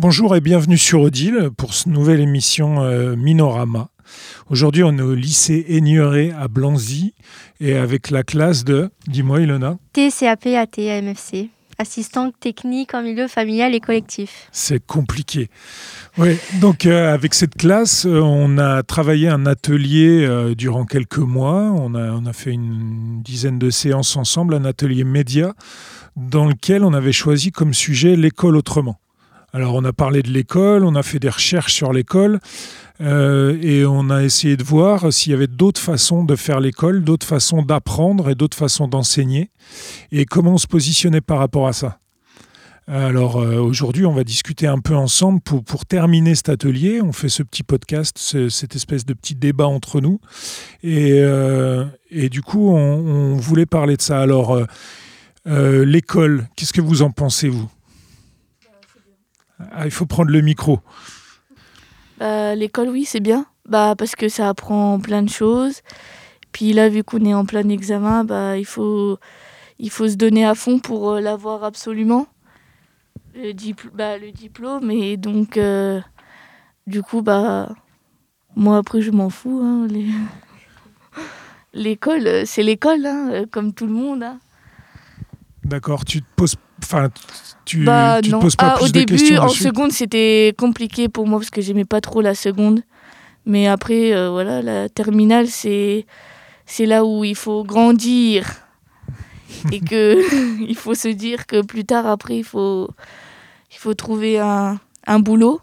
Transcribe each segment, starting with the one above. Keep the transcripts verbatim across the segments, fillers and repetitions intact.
Bonjour et bienvenue sur Odile pour cette nouvelle émission euh, Minorama. Aujourd'hui, on est au lycée Aigneret à Blanzy et avec la classe de, dis-moi Ilona. T C A P A T A M F C, assistante technique en milieu familial et collectif. C'est compliqué. Oui, donc euh, avec cette classe, euh, on a travaillé un atelier euh, durant quelques mois. On a, on a fait une dizaine de séances ensemble, un atelier média dans lequel on avait choisi comme sujet l'école autrement. Alors, on a parlé de l'école, on a fait des recherches sur l'école euh, et on a essayé de voir s'il y avait d'autres façons de faire l'école, d'autres façons d'apprendre et d'autres façons d'enseigner et comment on se positionnait par rapport à ça. Alors, euh, aujourd'hui, on va discuter un peu ensemble pour, pour terminer cet atelier. On fait ce petit podcast, ce, cette espèce de petit débat entre nous. Et, euh, et du coup, on, on voulait parler de ça. Alors, euh, euh, l'école, qu'est-ce que vous en pensez, vous ? Ah, il faut prendre le micro. Bah, l'école, oui, c'est bien. Bah, parce que ça apprend plein de choses. Puis là, vu qu'on est en plein examen, bah, il faut, il faut se donner à fond pour euh, l'avoir absolument. Le, dipl- bah, le diplôme. Et donc, euh, du coup, bah, moi, après, je m'en fous. Hein, les... L'école, euh, c'est l'école, hein, euh, comme tout le monde. Hein. D'accord, tu te poses... Enfin, tu, bah, tu te non. poses pas ah, plus au de début, questions en dessus. seconde, c'était compliqué pour moi parce que j'aimais pas trop la seconde. Mais après, euh, voilà, la terminale, c'est, c'est là où il faut grandir. Et qu'il faut se dire que plus tard, après, il faut, il faut trouver un, un boulot.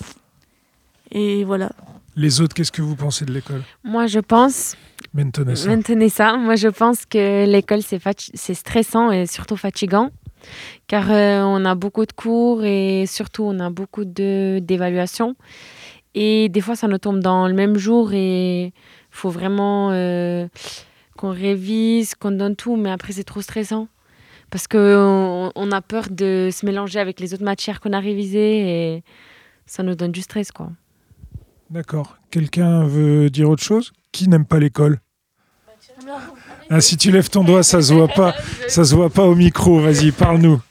Et voilà. Les autres, qu'est-ce que vous pensez de l'école ? Moi, je pense... Maintenez ça. Maintenez ça. Moi, je pense que l'école, c'est, fati- c'est stressant et surtout fatigant. Car euh, on a beaucoup de cours et surtout, on a beaucoup de, d'évaluations. Et des fois, ça nous tombe dans le même jour et il faut vraiment euh, qu'on révise, qu'on donne tout. Mais après, c'est trop stressant. Parce qu'on on a peur de se mélanger avec les autres matières qu'on a révisées et ça nous donne du stress, quoi. D'accord. Quelqu'un veut dire autre chose ? Qui n'aime pas l'école ? Ah, si tu lèves ton doigt, ça se voit pas. Ça se voit pas au micro. Vas-y, parle-nous.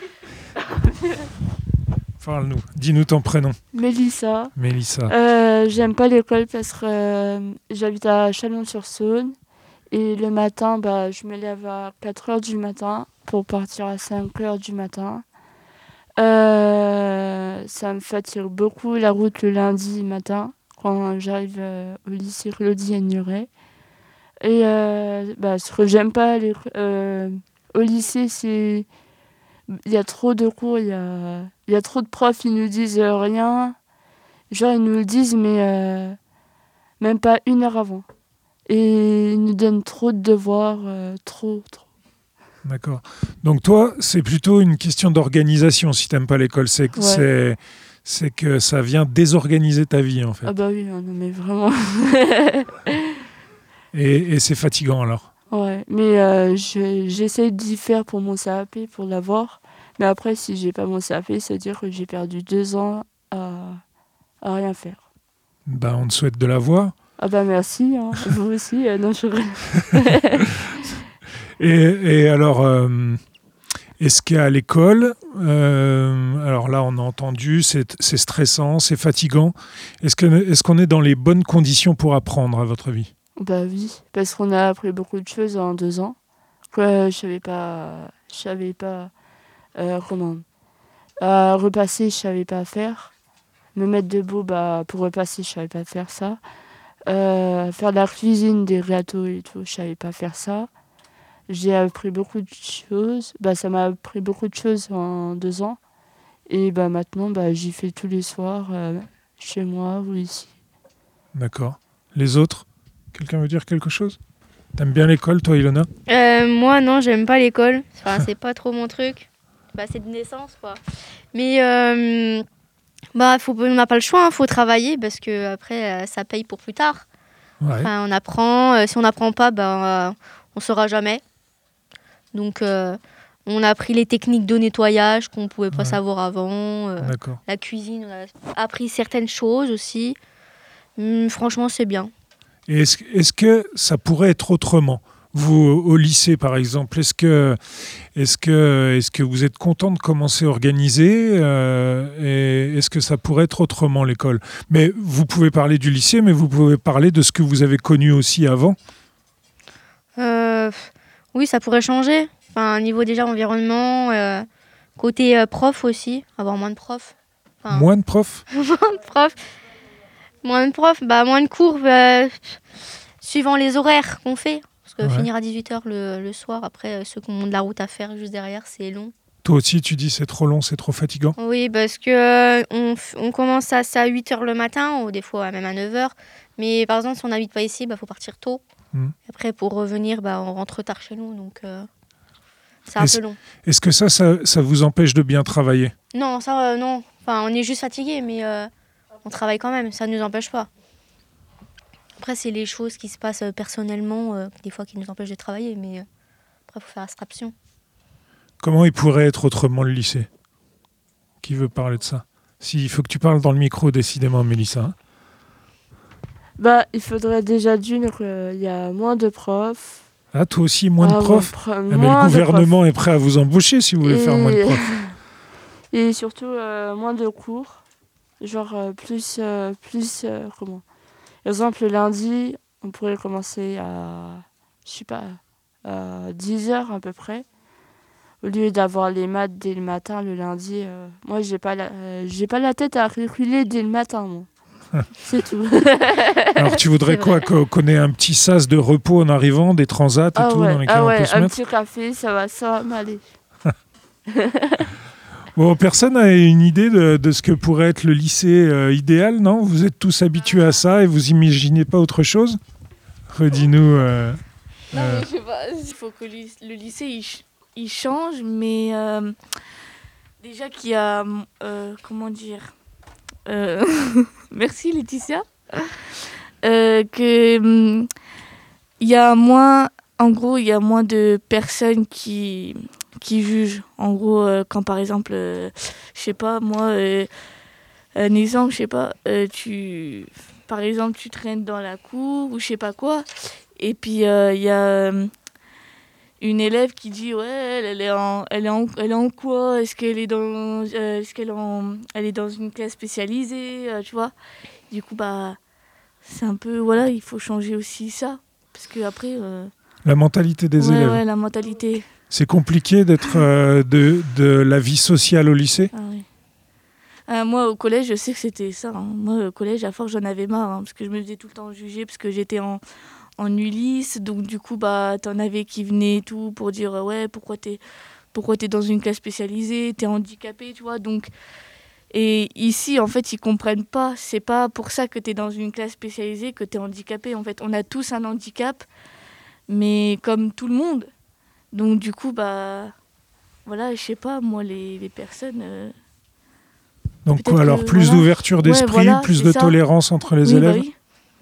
Parle-nous. Dis-nous ton prénom. Mélissa. Mélissa. Euh, j'aime pas l'école parce que euh, j'habite à Chalon-sur-Saône. Et le matin, bah, je me lève à quatre heures du matin pour partir à cinq heures du matin. Euh, ça me fatigue beaucoup la route le lundi matin quand j'arrive euh, au lycée Claudie Aigneret. Et euh, bah, ce que j'aime pas les, euh, au lycée, c'est il y a trop de cours, il y a, y a trop de profs, ils nous disent euh, rien. Genre, ils nous le disent, mais euh, même pas une heure avant. Et ils nous donnent trop de devoirs, euh, trop, trop. D'accord. Donc toi, c'est plutôt une question d'organisation si tu n'aimes pas l'école. C'est, Ouais. c'est, c'est que ça vient désorganiser ta vie, en fait. Ah bah oui, non mais vraiment. Et, et c'est fatigant, alors. Ouais, mais euh, je, j'essaie d'y faire pour mon C A P, pour l'avoir. Mais après, si j'ai pas mon C A P, ça veut dire que j'ai perdu deux ans à, à rien faire. Ben, on te souhaite de l'avoir. Ah bah merci, hein. Vous aussi. Euh, non, je... et, et alors, euh, est-ce qu'à l'école, euh, alors là, on a entendu, c'est, c'est stressant, c'est fatigant. Est-ce, que, est-ce qu'on est dans les bonnes conditions pour apprendre, à votre avis ? Bah oui, parce qu'on a appris beaucoup de choses en deux ans. Quoi, je savais pas, je savais pas euh, comment euh, repasser, je savais pas faire. Me mettre debout, bah pour repasser, je savais pas faire ça. Euh, faire de la cuisine, des gâteaux et tout, je savais pas faire ça. J'ai appris beaucoup de choses. Bah ça m'a appris beaucoup de choses en deux ans. Et bah maintenant, bah j'y fais tous les soirs euh, chez moi ou ici. D'accord. Les autres ? Quelqu'un veut dire quelque chose ? T'aimes bien l'école, toi, Ilona ? Euh, moi, non, j'aime pas l'école. Enfin, c'est pas trop mon truc. Bah, c'est de naissance, quoi. Mais euh, bah, faut, on n'a pas le choix, il hein, faut travailler parce que après, euh, ça paye pour plus tard. Ouais. Enfin, on apprend. Euh, si on n'apprend pas, bah, euh, on saura jamais. Donc, euh, on a appris les techniques de nettoyage qu'on pouvait pas Ouais. savoir avant. Euh, D'accord. la cuisine, on a appris certaines choses aussi. Hum, franchement, c'est bien. Et est-ce, est-ce que ça pourrait être autrement ? Vous, au lycée, par exemple, est-ce que, est-ce que, est-ce que vous êtes content de commencer à organiser euh, et est-ce que ça pourrait être autrement, l'école? Mais vous pouvez parler du lycée, mais vous pouvez parler de ce que vous avez connu aussi avant. Euh, oui, ça pourrait changer. Enfin, niveau déjà environnement, euh, côté euh, prof aussi, avoir moins de profs. Enfin, Moins de profs? moins de profs. Moins de profs, bah, moins de cours, bah, suivant les horaires qu'on fait. Parce que Ouais. finir à dix-huit heures le, le soir, après, ceux qui ont de la route à faire juste derrière, c'est long. Toi aussi, tu dis c'est trop long, c'est trop fatigant. Oui, parce que euh, on, f- on commence à ça à huit heures le matin, ou des fois même à neuf heures. Mais par exemple, si on n'habite pas ici, il bah, faut partir tôt. Mm. Après, pour revenir, bah, on rentre tard chez nous, donc euh, c'est un Est-ce- peu long. Est-ce que ça, ça, ça vous empêche de bien travailler? Non, ça, euh, non. Enfin, on est juste fatigué, mais euh, on travaille quand même, ça ne nous empêche pas. Après, c'est les choses qui se passent euh, personnellement, euh, des fois, qui nous empêchent de travailler, mais euh, après, il faut faire abstraction. Comment il pourrait être autrement le lycée? Qui veut parler de ça? Si, il faut que tu parles dans le micro, décidément, Mélissa. hein. Bah, il faudrait déjà d'une qu'il y a moins de profs. Ah, toi aussi, moins Ah de ouais, profs? pro- Ah, mais moins le de gouvernement est prêt à vous embaucher si vous voulez Et- faire moins de profs. Et surtout, euh, moins de cours. Genre, euh, plus, euh, plus, euh, comment? Par exemple, le lundi, on pourrait commencer à, je sais pas, à dix heures à peu près. Au lieu d'avoir les maths dès le matin, le lundi, euh, moi, j'ai pas, la, euh, j'ai pas la tête à calculer dès le matin, moi. C'est tout. Alors, tu voudrais C'est quoi? vrai. Qu'on qu'on ait un petit sas de repos en arrivant, des transats et Ah tout ouais, dans lesquels ah on ouais, peut se un mettre? petit café, ça va, ça va m'aller. Bon, personne n'a une idée de, de ce que pourrait être le lycée euh, idéal, non? Vous êtes tous habitués à ça et vous imaginez pas autre chose? Redis-nous. euh, Non, euh, mais je sais pas, il faut que le le lycée il, ch- il change, mais euh, déjà qu'il y a. euh, comment dire euh, Merci Laetitia. Euh, que hum, il y a moins. En gros, il y a moins de personnes qui, qui jugent. En gros, euh, quand par exemple, euh, je sais pas, moi, euh, un exemple, je sais pas, euh, tu. Par exemple, tu traînes dans la cour ou je sais pas quoi, et puis euh, il y a. euh, une élève qui dit ouais elle, elle est en elle est en elle est en quoi, est-ce qu'elle est dans euh, est-ce qu'elle est en elle est dans une classe spécialisée, euh, tu vois, du coup bah c'est un peu voilà, il faut changer aussi ça parce que après euh, la mentalité des ouais, élèves. ouais, la mentalité. C'est compliqué d'être euh, de, de la vie sociale au lycée? Ah, ouais. Ah, moi au collège je sais que c'était ça, hein. Moi au collège à force j'en avais marre, hein, parce que je me faisais tout le temps juger parce que j'étais en en Ulysse, donc du coup bah t'en avais qui venaient et tout pour dire euh, ouais pourquoi t'es pourquoi t'es dans une classe spécialisée, t'es handicapé, tu vois, donc et ici en fait ils comprennent pas, c'est pas pour ça que t'es dans une classe spécialisée que t'es handicapé, en fait on a tous un handicap mais comme tout le monde, donc du coup bah voilà, je sais pas moi les, les personnes euh, Donc peut-être quoi, alors que, plus voilà. d'ouverture Ouais, d'esprit, voilà, plus c'est de ça. tolérance entre les oui, bah élèves? oui.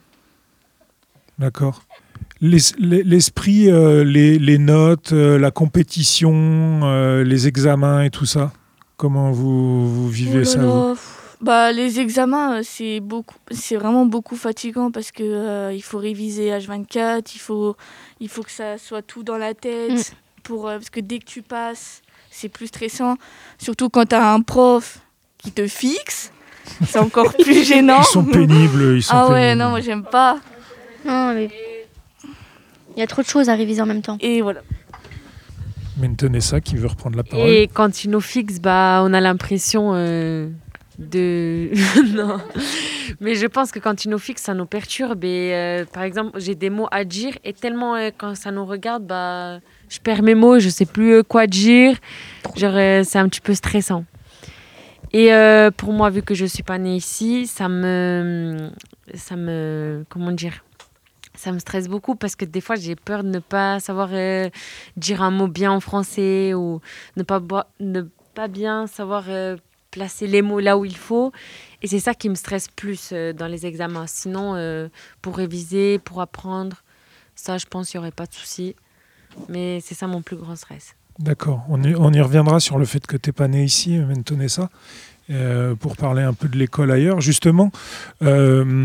D'accord. Les- les- L'esprit, euh, les, les notes, euh, la compétition, euh, les examens et tout ça, comment vous, vous vivez Oh là ça, là, vous? pff, bah, les examens, euh, c'est beaucoup, c'est vraiment beaucoup fatigant parce que euh, il faut réviser H vingt-quatre, il faut, il faut que ça soit tout dans la tête pour, euh, parce que dès que tu passes, c'est plus stressant. Surtout quand tu as un prof qui te fixe, c'est encore plus gênant. Ils sont pénibles, ils sont Ah ouais, pénibles. non, moi j'aime pas. Non, mais il y a trop de choses à réviser en même temps. Et voilà. Maintenez ça qui veut reprendre la parole. Et quand ils nous fixent, bah, on a l'impression euh, de... non. Mais je pense que quand ils nous fixent, ça nous perturbe. Et euh, par exemple, j'ai des mots à dire et tellement euh, quand ça nous regarde, bah, je perds mes mots, je sais plus euh, quoi dire. Genre, euh, c'est un petit peu stressant. Et euh, pour moi, vu que je suis pas née ici, ça me... Ça me... Comment dire ? Ça me stresse beaucoup parce que des fois, j'ai peur de ne pas savoir euh, dire un mot bien en français ou ne pas, boi- ne pas bien savoir euh, placer les mots là où il faut. Et c'est ça qui me stresse plus euh, dans les examens. Sinon, euh, pour réviser, pour apprendre, ça, je pense qu'il n'y aurait pas de souci. Mais c'est ça mon plus grand stress. D'accord. On y, on y reviendra sur le fait que tu n'es pas né ici, maintenez ça, euh, pour parler un peu de l'école ailleurs. Justement, euh,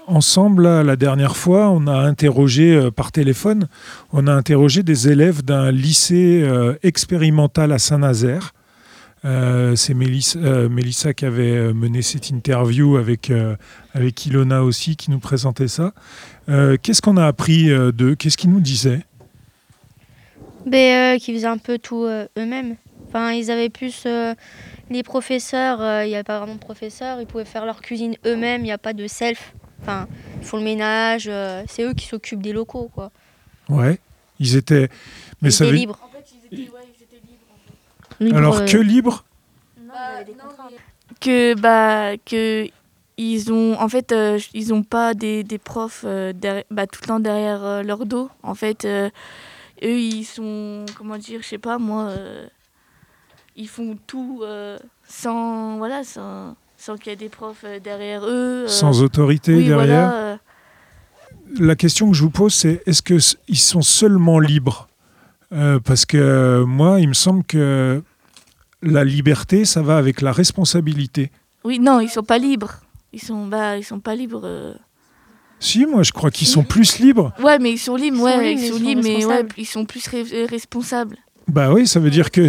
ensemble, là, la dernière fois, on a interrogé euh, par téléphone, on a interrogé des élèves d'un lycée euh, expérimental à Saint-Nazaire. Euh, c'est Mélissa, euh, Mélissa qui avait mené cette interview avec, euh, avec Ilona aussi, qui nous présentait ça. Euh, qu'est-ce qu'on a appris euh, d'eux? Qu'est-ce qu'ils nous disaient? Ben, euh, qui faisaient un peu tout euh, eux-mêmes. Enfin, ils avaient plus euh, les professeurs, euh, il n'y a pas vraiment de professeurs, ils pouvaient faire leur cuisine eux-mêmes, il n'y a pas de self. Enfin, ils font le ménage, euh, c'est eux qui s'occupent des locaux, quoi. Ouais, ils étaient... Mais Ils ça étaient veut- libres. En fait, ils étaient, ouais, ils étaient libres. En fait. Libres, Alors euh, que libre? Bah, non, mais- Que, bah, que ils ont, en fait, euh, ils ont pas des, des profs euh, derrière- bah, tout le temps derrière euh, leur dos. En fait, euh, eux, ils sont, comment dire, je sais pas, moi, euh, ils font tout euh, sans, voilà, sans, sans qu'il y ait des profs euh, derrière eux. euh, Sans autorité oui, derrière? voilà. euh, La question que je vous pose, c'est est-ce qu'ils sont seulement libres? Euh, Parce que euh, moi, il me semble que la liberté, ça va avec la responsabilité. oui, non, ils sont pas libres. Ils sont, bah, ils sont pas libres. euh. Si, moi, je crois qu'ils sont plus libres. Ouais, mais ils sont libres, Ils ouais, sont ils libres, sont ils sont libres, mais ouais, responsables. ils sont plus ré- responsables. Bah oui, ça veut dire que,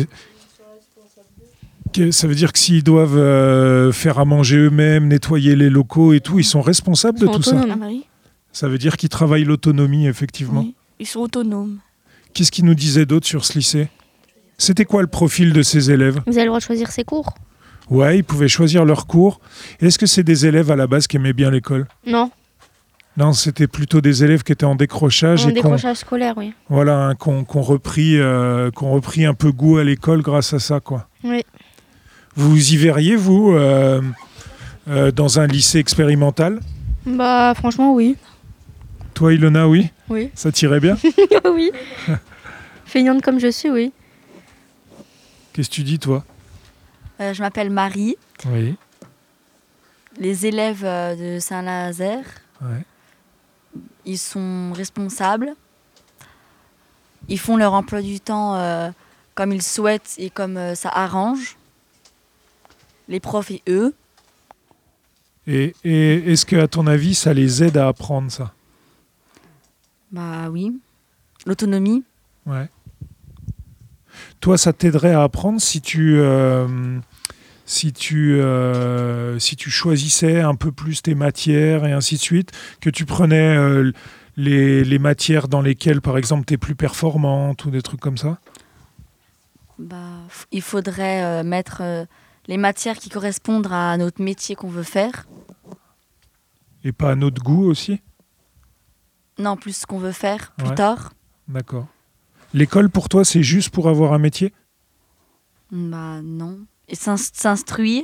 que ça veut dire que s'ils doivent euh, faire à manger eux-mêmes, nettoyer les locaux et tout, ils sont responsables Ils de sont tout ça. autonomes. Ah bah oui, Ça veut dire qu'ils travaillent l'autonomie, effectivement. oui, ils sont autonomes. Qu'est-ce qu'ils nous disaient d'autre sur ce lycée? C'était quoi le profil de ces élèves? Vous avez le droit de choisir ses cours? Ouais, ils pouvaient choisir leurs cours. Est-ce que c'est des élèves à la base qui aimaient bien l'école? Non, Non, c'était plutôt des élèves qui étaient en décrochage en et qu'on décrochage scolaire, oui. voilà, hein, qu'on qu'on repris, euh, qu'on repris un peu goût à l'école grâce à ça, quoi. Oui. Vous y verriez, vous, euh, euh, dans un lycée expérimental? Bah, franchement, oui. Toi, Ilona, oui? Oui. Ça t'irait bien? oui. Feignante comme je suis, oui. Qu'est-ce que tu dis, toi? Euh, je m'appelle Marie. Oui. Les élèves euh, de Saint-Nazaire, Ouais. ils sont responsables. Ils font leur emploi du temps euh, comme ils souhaitent et comme euh, ça arrange. Les profs et eux. Et, et est-ce que, à ton avis, ça les aide à apprendre ça? Bah oui. L'autonomie. Ouais. Toi, ça t'aiderait à apprendre si tu, euh, si tu, euh, si tu choisissais un peu plus tes matières et ainsi de suite, que tu prenais euh, les, les matières dans lesquelles, par exemple, tu es plus performante ou des trucs comme ça? Bah, f- il faudrait euh, mettre euh, les matières qui correspondent à notre métier qu'on veut faire. Et pas à notre goût aussi? Non, plus ce qu'on veut faire plus Ouais. tard. D'accord. L'école, pour toi, c'est juste pour avoir un métier? Bah non. Et s'ins- s'instruire.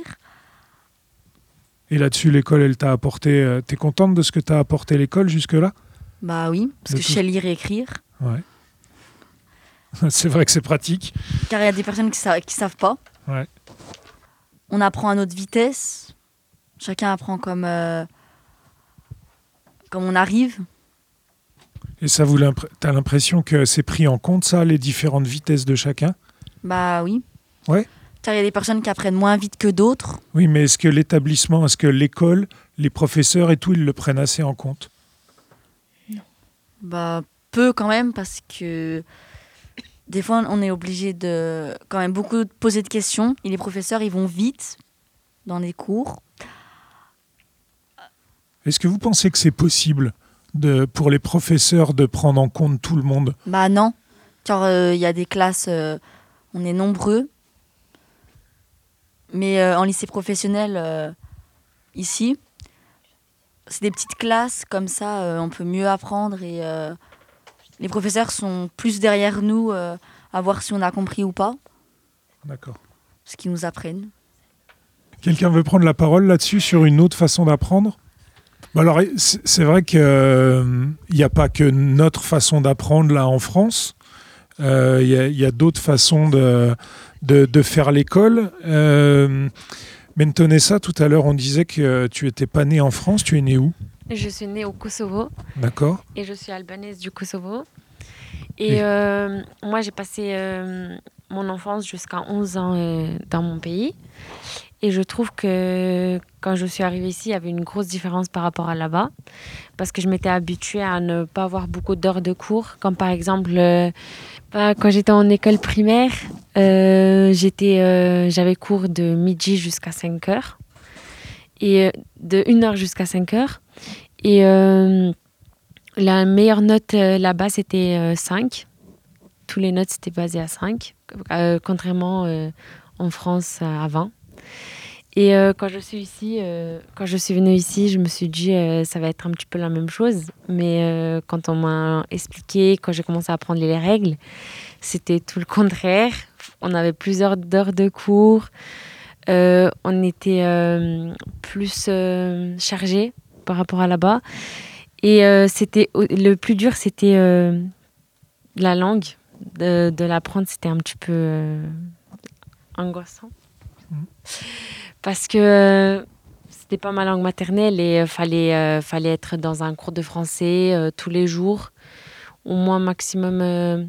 Et là-dessus, l'école, elle t'a apporté... Euh, t'es contente de ce que t'a apporté l'école jusque-là? Bah oui, parce De que je tout- sais lire et écrire. Ouais. C'est vrai que c'est pratique. Car il y a des personnes qui ne savent pas. Ouais. On apprend à notre vitesse. Chacun apprend comme, euh, comme on arrive. Et ça, vous l'impr- t'as l'impression que c'est pris en compte, ça, les différentes vitesses de chacun? Bah oui. Ouais. Car il y a des personnes qui apprennent moins vite que d'autres. Oui, mais est-ce que l'établissement, est-ce que l'école, les professeurs et tout, ils le prennent assez en compte? Bah peu quand même, parce que des fois on est obligé de quand même beaucoup poser de questions. Et les professeurs, ils vont vite dans les cours. Est-ce que vous pensez que c'est possible de, pour les professeurs de prendre en compte tout le monde? Bah non. Car euh, il y a des classes, euh, on est nombreux. Mais euh, en lycée professionnel, euh, ici, c'est des petites classes, comme ça, euh, on peut mieux apprendre. Et euh, les professeurs sont plus derrière nous euh, à voir si on a compris ou pas D'accord. ce qu'ils nous apprennent. Quelqu'un veut prendre la parole là-dessus sur une autre façon d'apprendre? Bah alors, c'est c'est vrai qu'il n'y a pas que notre façon d'apprendre là en France. Il euh, y a, y a d'autres façons de, de, de faire l'école. Euh, Mentonessa, tout à l'heure, on disait que tu n'étais pas née en France. Tu es née où? Je suis née au Kosovo D'accord. et je suis albanaise du Kosovo. Et Et- euh, moi, j'ai passé euh, mon enfance jusqu'à onze ans euh, dans mon pays. Et je trouve que quand je suis arrivée ici, il y avait une grosse différence par rapport à là-bas. Parce que je m'étais habituée à ne pas avoir beaucoup d'heures de cours. Comme par exemple, euh, bah, quand j'étais en école primaire, euh, j'étais, euh, j'avais cours de midi jusqu'à cinq heures. Et euh, de une heure jusqu'à cinq heures. Et euh, la meilleure note euh, là-bas, c'était euh, cinq. Tous les notes, c'était basé à cinq. Euh, contrairement euh, en France à vingt. Et euh, quand je suis ici, euh, quand je suis venue ici, je me suis dit euh, ça va être un petit peu la même chose. Mais euh, quand on m'a expliqué, quand j'ai commencé à apprendre les règles, c'était tout le contraire. On avait plusieurs heures de cours. Euh, on était euh, plus euh, chargé par rapport à là-bas. Et euh, c'était le plus dur, c'était euh, la langue. De, de l'apprendre, c'était un petit peu euh, angoissant. Parce que euh, c'était pas ma langue maternelle et il euh, fallait, euh, fallait être dans un cours de français euh, tous les jours, au moins maximum euh,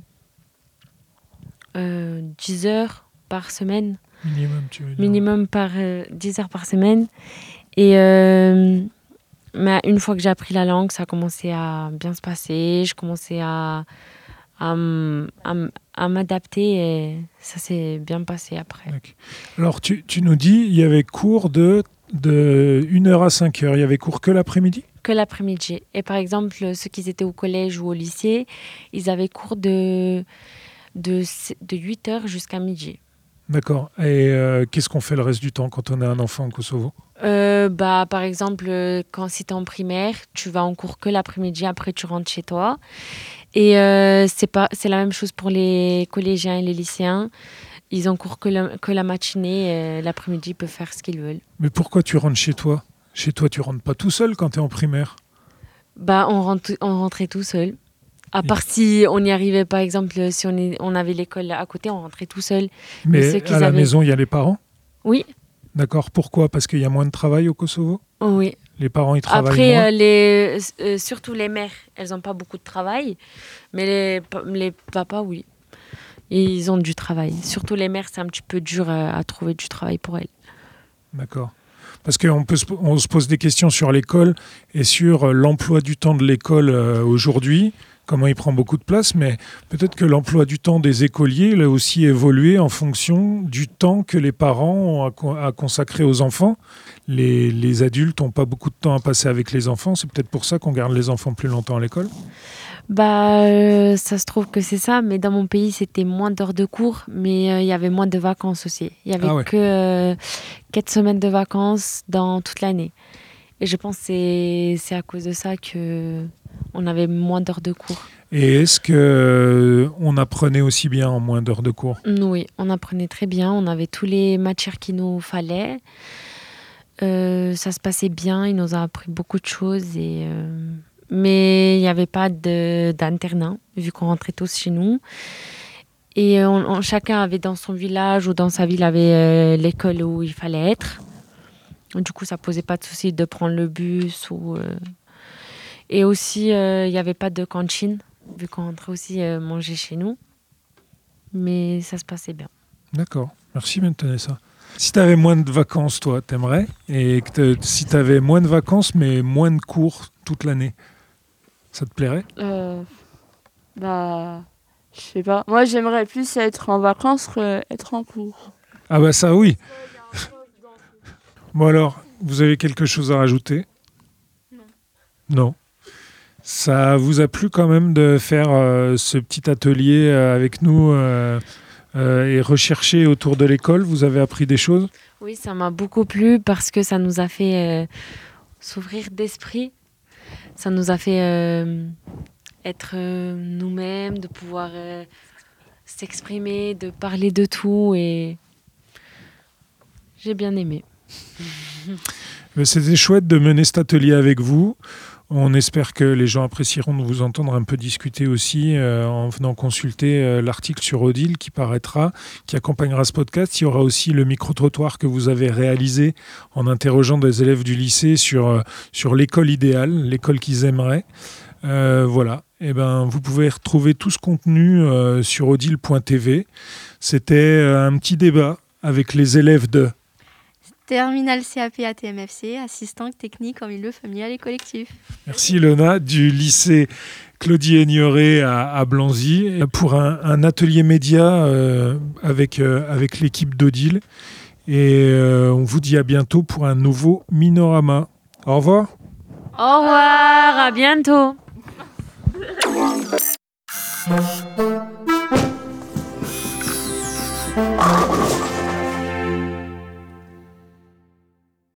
euh, dix heures par semaine. Minimum, tu veux dire. Minimum par euh, dix heures par semaine. Et euh, mais une fois que j'ai appris la langue, ça a commencé à bien se passer. Je commençais à, à, m- à, m- à m'adapter et ça s'est bien passé après. Ok. Alors, tu, tu nous dis, il y avait cours de, de une heure à cinq heures. Il y avait cours que l'après-midi ? Que l'après-midi. Et par exemple, ceux qui étaient au collège ou au lycée, ils avaient cours de, de, de huit heures jusqu'à midi. D'accord. Et euh, qu'est-ce qu'on fait le reste du temps quand on est un enfant au Kosovo ? Euh, bah, par exemple, euh, quand si tu es en primaire, tu vas en cours que l'après-midi, après tu rentres chez toi. Et euh, c'est, pas, c'est la même chose pour les collégiens et les lycéens. Ils ont cours que la, que la matinée, euh, l'après-midi, ils peuvent faire ce qu'ils veulent. Mais pourquoi tu rentres chez toi ? Chez toi, tu rentres pas tout seul quand tu es en primaire ? Bah, on, rentre, on rentrait tout seul. À part si on y arrivait, par exemple, si on, est, on avait l'école à côté, on rentrait tout seul. Mais, Mais ceux qui à la avaient- maison, il y a les parents ? Oui, D'accord. Pourquoi ? Parce qu'il y a moins de travail au Kosovo ? oui. Les parents, ils travaillent Après, moins euh, les, euh, surtout les mères, elles n'ont pas beaucoup de travail. Mais les, pa- les papas, oui. Et ils ont du travail. Surtout les mères, c'est un petit peu dur à, à trouver du travail pour elles. D'accord. Parce qu'on peut se, on se pose des questions sur l'école et sur euh, l'emploi du temps de l'école euh, aujourd'hui, comment il prend beaucoup de place, mais peut-être que l'emploi du temps des écoliers il a aussi évolué en fonction du temps que les parents ont à, co- à consacrer aux enfants. Les, les adultes n'ont pas beaucoup de temps à passer avec les enfants, c'est peut-être pour ça qu'on garde les enfants plus longtemps à l'école. Bah, euh, ça se trouve que c'est ça, mais dans mon pays, c'était moins d'heures de cours, mais euh, il y avait moins de vacances aussi. Il y avait Ah ouais. que euh, quatre semaines de vacances dans toute l'année. Et je pense que c'est, c'est à cause de ça qu'on avait moins d'heures de cours. Et est-ce qu'on apprenait aussi bien en moins d'heures de cours ? Oui, on apprenait très bien, on avait tous les matières qu'il nous fallait. Euh, ça se passait bien, il nous a appris beaucoup de choses. Et, euh, mais il n'y avait pas de, d'internat, vu qu'on rentrait tous chez nous. Et on, on- chacun avait dans son village ou dans sa ville avait euh, l'école où il fallait être. Du coup, ça ne posait pas de souci de prendre le bus. Ou, euh, Et aussi, euh, il n'y avait pas de cantine, vu qu'on rentrait aussi euh, manger chez nous. Mais ça se passait bien. D'accord, merci Bentanessa. Si tu avais moins de vacances, toi, t'aimerais ? Et que te- si tu avais moins de vacances, mais moins de cours toute l'année, ça te plairait ? Euh, bah, je sais pas. Moi, j'aimerais plus être en vacances qu'être en cours. Ah bah ça oui. Bon alors, vous avez quelque chose à rajouter ? Non. Non. Ça vous a plu quand même de faire euh, ce petit atelier euh, avec nous euh, euh, et rechercher autour de l'école ? Vous avez appris des choses ? Oui, ça m'a beaucoup plu parce que ça nous a fait euh, s'ouvrir d'esprit. Ça nous a fait euh, être euh, nous-mêmes, de pouvoir euh, s'exprimer, de parler de tout. Et j'ai bien aimé. Mais c'était chouette de mener cet atelier avec vous. On espère que les gens apprécieront de vous entendre un peu discuter aussi euh, en venant consulter euh, l'article sur Odile qui paraîtra, qui accompagnera ce podcast. Il y aura aussi le micro-trottoir que vous avez réalisé en interrogeant des élèves du lycée sur, euh, sur l'école idéale, l'école qu'ils aimeraient. Euh, voilà. Et ben, vous pouvez retrouver tout ce contenu euh, sur odile point t v. C'était euh, un petit débat avec les élèves de... Terminale C A P A T M F C, assistante technique en milieu familial et collectif. Merci Ilona, du lycée Claudie Aignoret à, à Blanzy, pour un, un atelier média euh, avec, euh, avec l'équipe d'Odile. Et euh, on vous dit à bientôt pour un nouveau Minorama. Au revoir. Au revoir, à bientôt.